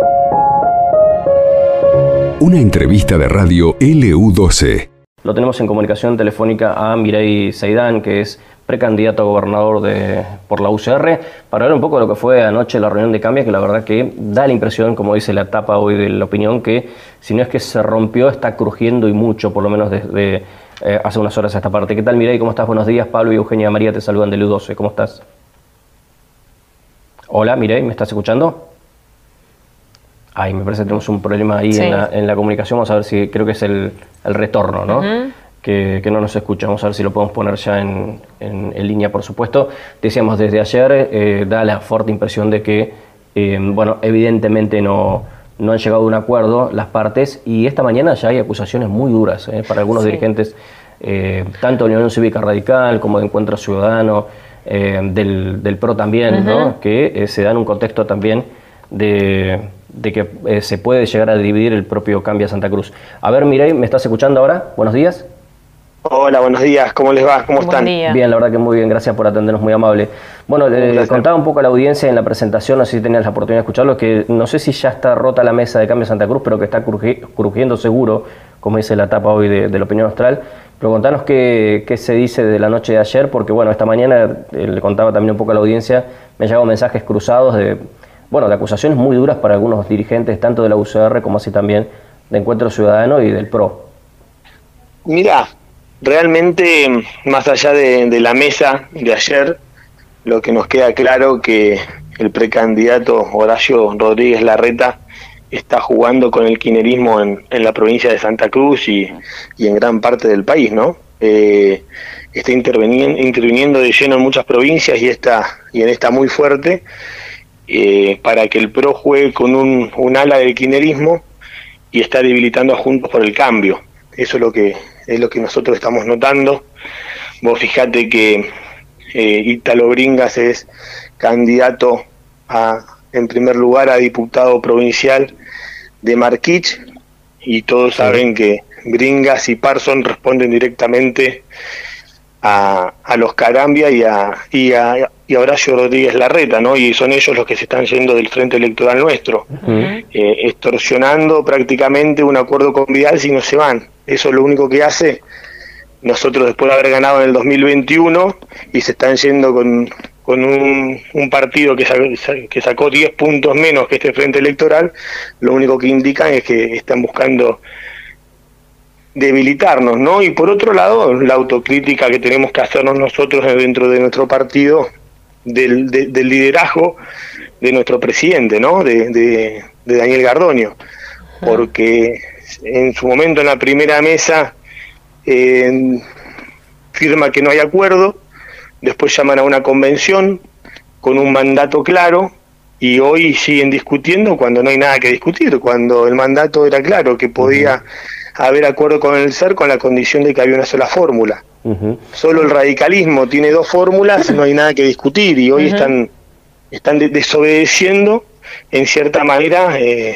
Una entrevista de radio LU12. Lo tenemos en comunicación telefónica a Mireille Seidán, que es precandidato a gobernador por la UCR, para hablar un poco de lo que fue anoche la reunión de Cambia, que la verdad que da la impresión, como dice la tapa hoy de La Opinión, que si no es que se rompió, está crujiendo y mucho, por lo menos desde hace unas horas a esta parte. ¿Qué tal, Mireille? ¿Cómo estás? Buenos días. Pablo y Eugenia María te saludan de LU12. ¿Cómo estás? Hola, Mireille, ¿me estás escuchando? Ay, me parece que tenemos un problema ahí sí. en la comunicación. Vamos a ver si, creo que es el retorno, ¿no? Que no nos escucha. Vamos a ver si lo podemos poner ya en línea, por supuesto. Decíamos desde ayer, da la fuerte impresión de que, bueno, evidentemente no han llegado a un acuerdo las partes, y esta mañana ya hay acusaciones muy duras para algunos dirigentes, tanto de Unión Cívica Radical como de Encuentro Ciudadano, del PRO también, ¿no? Que se da en un contexto también de que se puede llegar a dividir el propio Cambia Santa Cruz. A ver, Mireille, ¿me estás escuchando ahora? Buenos días. Hola, buenos días. ¿Cómo les va? ¿Cómo están? Bien, la verdad que muy bien. Gracias por atendernos, muy amable. Bueno, contaba un poco a la audiencia en la presentación, no sé si tenías la oportunidad de escucharlo, que no sé si ya está rota la mesa de Cambia Santa Cruz, pero que está crujiendo seguro, como dice la tapa hoy de La Opinión Austral. Pero contanos qué se dice de la noche de ayer, porque bueno, esta mañana, le contaba también un poco a la audiencia, me han llegado mensajes cruzados de acusaciones muy duras para algunos dirigentes, tanto de la UCR como así también de Encuentro Ciudadano y del PRO. Mirá, realmente, más allá de la mesa de ayer, lo que nos queda claro que el precandidato Horacio Rodríguez Larreta está jugando con el kirchnerismo en la provincia de Santa Cruz y en gran parte del país, ¿no? Está interviniendo de lleno en muchas provincias y en esta muy fuerte, para que el PRO juegue con un ala del kirchnerismo, y está debilitando a Juntos por el Cambio. Eso es lo que nosotros estamos notando. Vos fijate que Ítalo Bringas es candidato en primer lugar a diputado provincial de Marquich, y todos saben que Bringas y Parson responden directamente a los Carambia y a Horacio Rodríguez Larreta, ¿no? Y son ellos los que se están yendo del frente electoral nuestro, extorsionando prácticamente un acuerdo con Vidal si no se van. Eso es lo único que hace. Nosotros, después de haber ganado en el 2021, y se están yendo con un partido que sacó 10 puntos menos que este frente electoral, lo único que indican es que están buscando debilitarnos, ¿no? Y por otro lado, la autocrítica que tenemos que hacernos nosotros dentro de nuestro partido, del liderazgo de nuestro presidente, ¿no? De Daniel Gardoño, porque en su momento en la primera mesa firma que no hay acuerdo, después llaman a una convención con un mandato claro, y hoy siguen discutiendo cuando no hay nada que discutir, cuando el mandato era claro que podía haber acuerdo con el SER con la condición de que había una sola fórmula. Solo el radicalismo tiene dos fórmulas, no hay nada que discutir, y hoy están desobedeciendo en cierta manera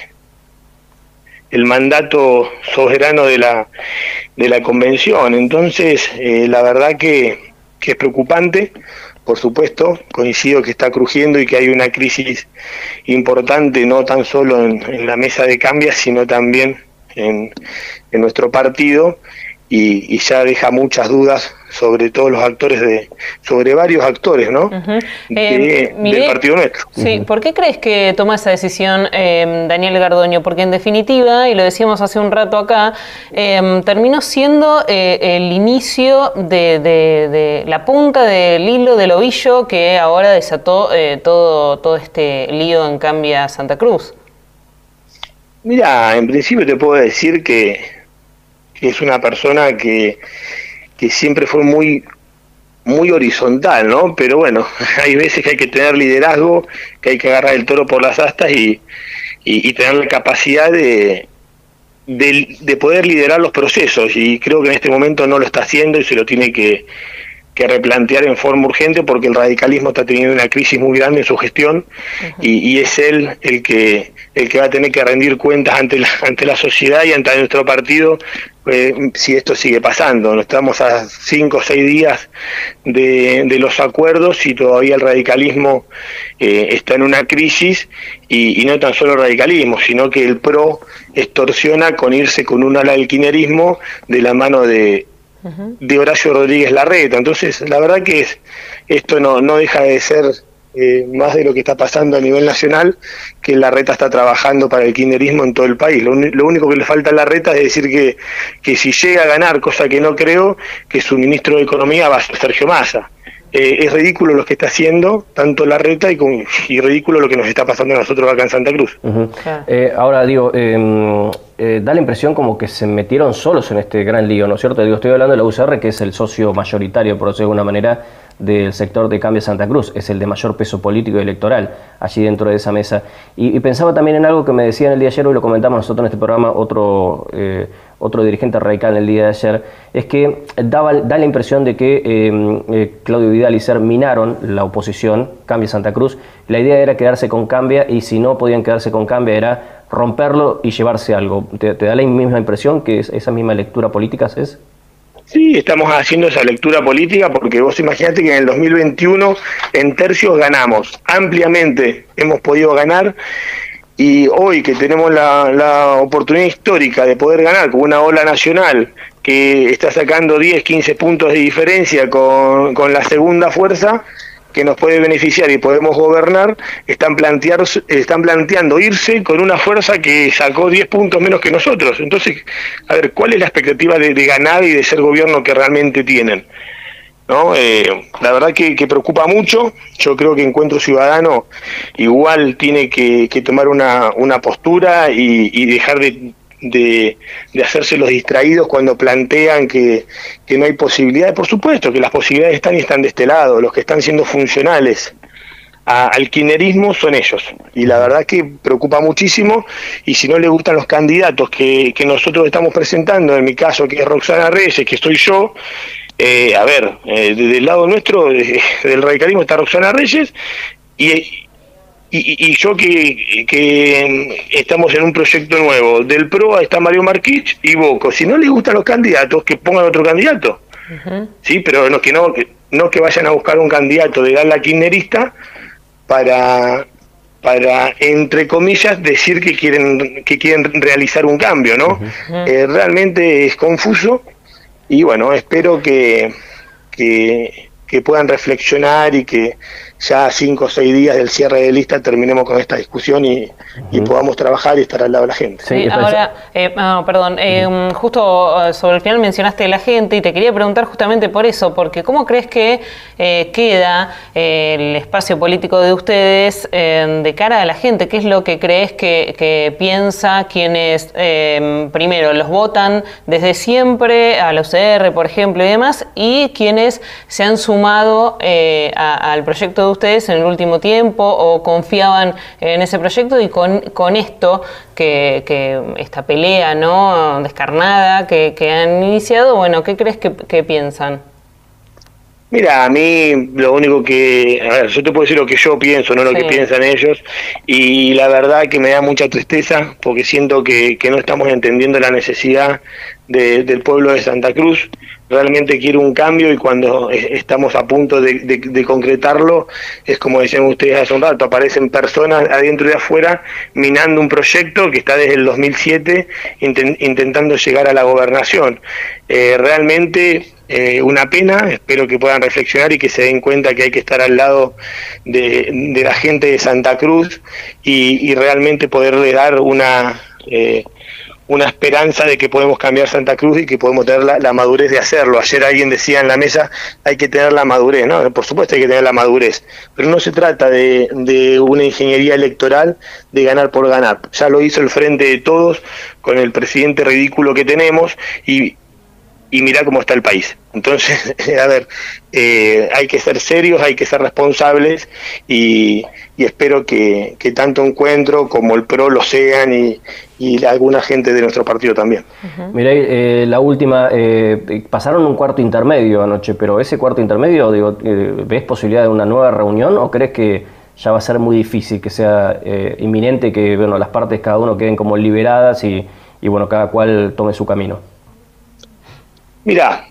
el mandato soberano de la convención. Entonces, la verdad que es preocupante. Por supuesto, coincido que está crujiendo y que hay una crisis importante, no tan solo en la mesa de Cambia, sino también en nuestro partido, y ya deja muchas dudas sobre todos los actores, sobre varios actores, ¿no? Del partido nuestro. Sí, ¿por qué crees que toma esa decisión Daniel Gardoño? Porque en definitiva, y lo decíamos hace un rato acá, terminó siendo el inicio de la punta del hilo del ovillo que ahora desató todo este lío en Cambia Santa Cruz. Mira, en principio te puedo decir que es una persona que siempre fue muy horizontal, ¿no? Pero bueno, hay veces que hay que tener liderazgo, que hay que agarrar el toro por las astas y tener la capacidad de poder liderar los procesos, y creo que en este momento no lo está haciendo y se lo tiene que replantear en forma urgente, porque el radicalismo está teniendo una crisis muy grande en su gestión, y es él el que va a tener que rendir cuentas ante la sociedad y ante nuestro partido, si esto sigue pasando. No estamos a 5 o 6 días de los acuerdos y todavía el radicalismo está en una crisis, y no tan solo el radicalismo, sino que el PRO extorsiona con irse con un ala del kirchnerismo de la mano de Horacio Rodríguez Larreta. Entonces, la verdad que esto no deja de ser más de lo que está pasando a nivel nacional, que Larreta está trabajando para el kirchnerismo en todo el país. Lo único que le falta a Larreta es decir que si llega a ganar, cosa que no creo, que su ministro de Economía va a ser Sergio Massa. Es ridículo lo que está haciendo tanto Larreta y ridículo lo que nos está pasando a nosotros acá en Santa Cruz. Ahora digo, da la impresión como que se metieron solos en este gran lío, ¿no es cierto? Digo, estoy hablando de la UCR, que es el socio mayoritario, por decirlo de alguna manera, del sector de Cambio Santa Cruz, es el de mayor peso político y electoral allí dentro de esa mesa. Y pensaba también en algo que me decían el día de ayer, hoy lo comentamos nosotros en este programa, otro dirigente radical el día de ayer, es que da la impresión de que Claudio Vidal y Ser minaron la oposición, Cambia Santa Cruz. La idea era quedarse con Cambia, y si no podían quedarse con Cambia era romperlo y llevarse algo. ¿Te da la misma impresión que esa misma lectura política es? Sí, estamos haciendo esa lectura política, porque vos imaginate que en el 2021 en tercios ganamos, ampliamente hemos podido ganar, y hoy que tenemos la oportunidad histórica de poder ganar con una ola nacional que está sacando 10, 15 puntos de diferencia con la segunda fuerza, que nos puede beneficiar y podemos gobernar, están planteando irse con una fuerza que sacó 10 puntos menos que nosotros. Entonces, a ver, ¿cuál es la expectativa de ganar y de ser gobierno que realmente tienen? ¿No? La verdad que preocupa mucho. Yo creo que Encuentro Ciudadano igual tiene que tomar una postura y dejar de hacerse los distraídos cuando plantean que no hay posibilidades. Por supuesto que las posibilidades están de este lado. Los que están siendo funcionales al kirchnerismo son ellos, y la verdad que preocupa muchísimo. Y si no le gustan los candidatos que nosotros estamos presentando, en mi caso que es Roxana Reyes, que soy yo, del lado nuestro, del radicalismo, está Roxana Reyes, y yo que estamos en un proyecto nuevo. Del PRO está Mario Marquich y Bocco. Si no les gustan los candidatos, que pongan otro candidato. Sí, pero no que vayan a buscar un candidato de ala kirchnerista para entre comillas decir que quieren realizar un cambio, ¿no? Realmente es confuso, y bueno, espero que puedan reflexionar y que ya a 5 o 6 días del cierre de lista terminemos con esta discusión y podamos trabajar y estar al lado de la gente. Sí, ahora, justo sobre el final mencionaste la gente, y te quería preguntar justamente por eso, porque ¿cómo crees que queda el espacio político de ustedes de cara a la gente? ¿Qué es lo que crees que piensa quienes primero los votan desde siempre, a la UCR, por ejemplo, y demás, y quienes se han sumado al proyecto de ustedes en el último tiempo o confiaban en ese proyecto, y con esto que esta pelea, ¿no?, descarnada que han iniciado? Bueno, ¿qué crees que piensan? Mira, a mí lo único yo te puedo decir lo que yo pienso, no lo que piensan ellos, y la verdad que me da mucha tristeza, porque siento que no estamos entendiendo la necesidad del pueblo de Santa Cruz. Realmente quiero un cambio, y cuando estamos a punto de concretarlo, es como decían ustedes hace un rato, aparecen personas adentro y afuera minando un proyecto que está desde el 2007 intentando llegar a la gobernación. Realmente una pena. Espero que puedan reflexionar y que se den cuenta que hay que estar al lado de la gente de Santa Cruz y realmente poderle dar una esperanza de que podemos cambiar Santa Cruz y que podemos tener la madurez de hacerlo. Ayer alguien decía en la mesa, hay que tener la madurez, ¿no? Por supuesto hay que tener la madurez, pero no se trata de una ingeniería electoral de ganar por ganar. Ya lo hizo el Frente de Todos con el presidente ridículo que tenemos, y y mirá cómo está el país. Entonces, a ver, hay que ser serios, hay que ser responsables y espero que tanto Encuentro como el PRO lo sean y alguna gente de nuestro partido también. Mirá, la última, pasaron un cuarto intermedio anoche, pero ese cuarto intermedio, digo, ¿ves posibilidad de una nueva reunión o crees que ya va a ser muy difícil, que sea inminente, que bueno, las partes cada uno queden como liberadas y bueno, cada cual tome su camino? Mirá,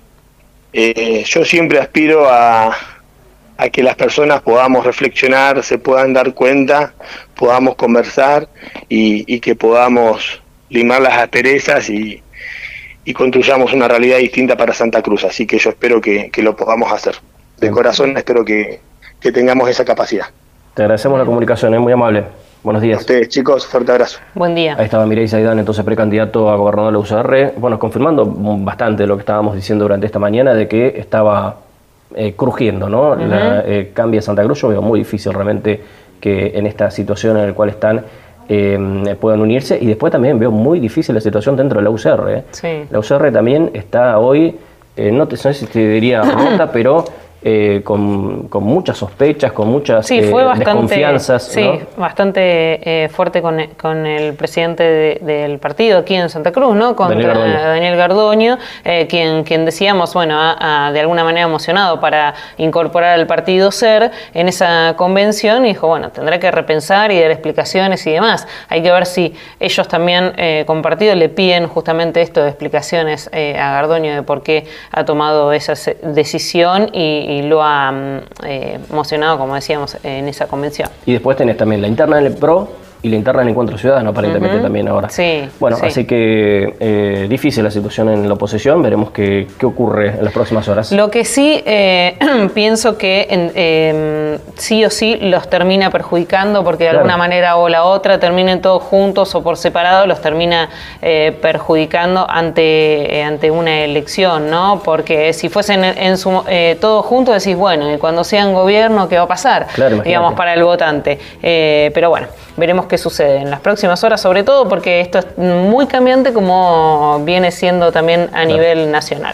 yo siempre aspiro a que las personas podamos reflexionar, se puedan dar cuenta, podamos conversar y que podamos limar las asperezas y construyamos una realidad distinta para Santa Cruz. Así que yo espero que lo podamos hacer. De corazón espero que tengamos esa capacidad. Te agradecemos la comunicación, es muy amable. Buenos días. A ustedes, chicos, fuerte abrazo. Buen día. Ahí estaba Mireille Saidán, entonces precandidato a gobernador de la UCR, bueno, confirmando bastante lo que estábamos diciendo durante esta mañana, de que estaba crujiendo, ¿no? Cambia Santa Cruz. Yo veo muy difícil realmente que en esta situación en la cual están puedan unirse, y después también veo muy difícil la situación dentro de la UCR. Sí. La UCR también está hoy, no sé si te diría rota, pero con muchas sospechas, con muchas desconfianzas. Sí, ¿no? bastante fuerte con el presidente del partido aquí en Santa Cruz, ¿no? Contra Daniel Gardoño, quien decíamos, bueno, de alguna manera emocionado para incorporar al partido SER en esa convención, y dijo, bueno, tendrá que repensar y dar explicaciones y demás. Hay que ver si ellos también, con partido, le piden justamente esto de explicaciones a Gardoño de por qué ha tomado esa decisión y lo ha emocionado, como decíamos, en esa convención. Y después tenés también la interna del PRO y la interna del Encuentro Ciudadano, aparentemente también ahora. Sí. Bueno, sí. Así que difícil la situación en la oposición, veremos qué ocurre en las próximas horas. Lo que sí pienso que sí o sí los termina perjudicando, porque de alguna manera o la otra terminen todos juntos o por separado, los termina perjudicando ante una elección, ¿no? Porque si fuesen todos juntos decís, bueno, y cuando sean gobierno, ¿qué va a pasar? Claro, digamos, para el votante. Pero bueno, veremos qué sucede en las próximas horas, sobre todo porque esto es muy cambiante, como viene siendo también a nivel nacional.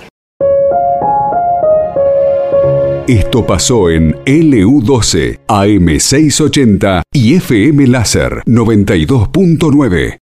Esto pasó en LU12, AM680 y FM Láser 92.9.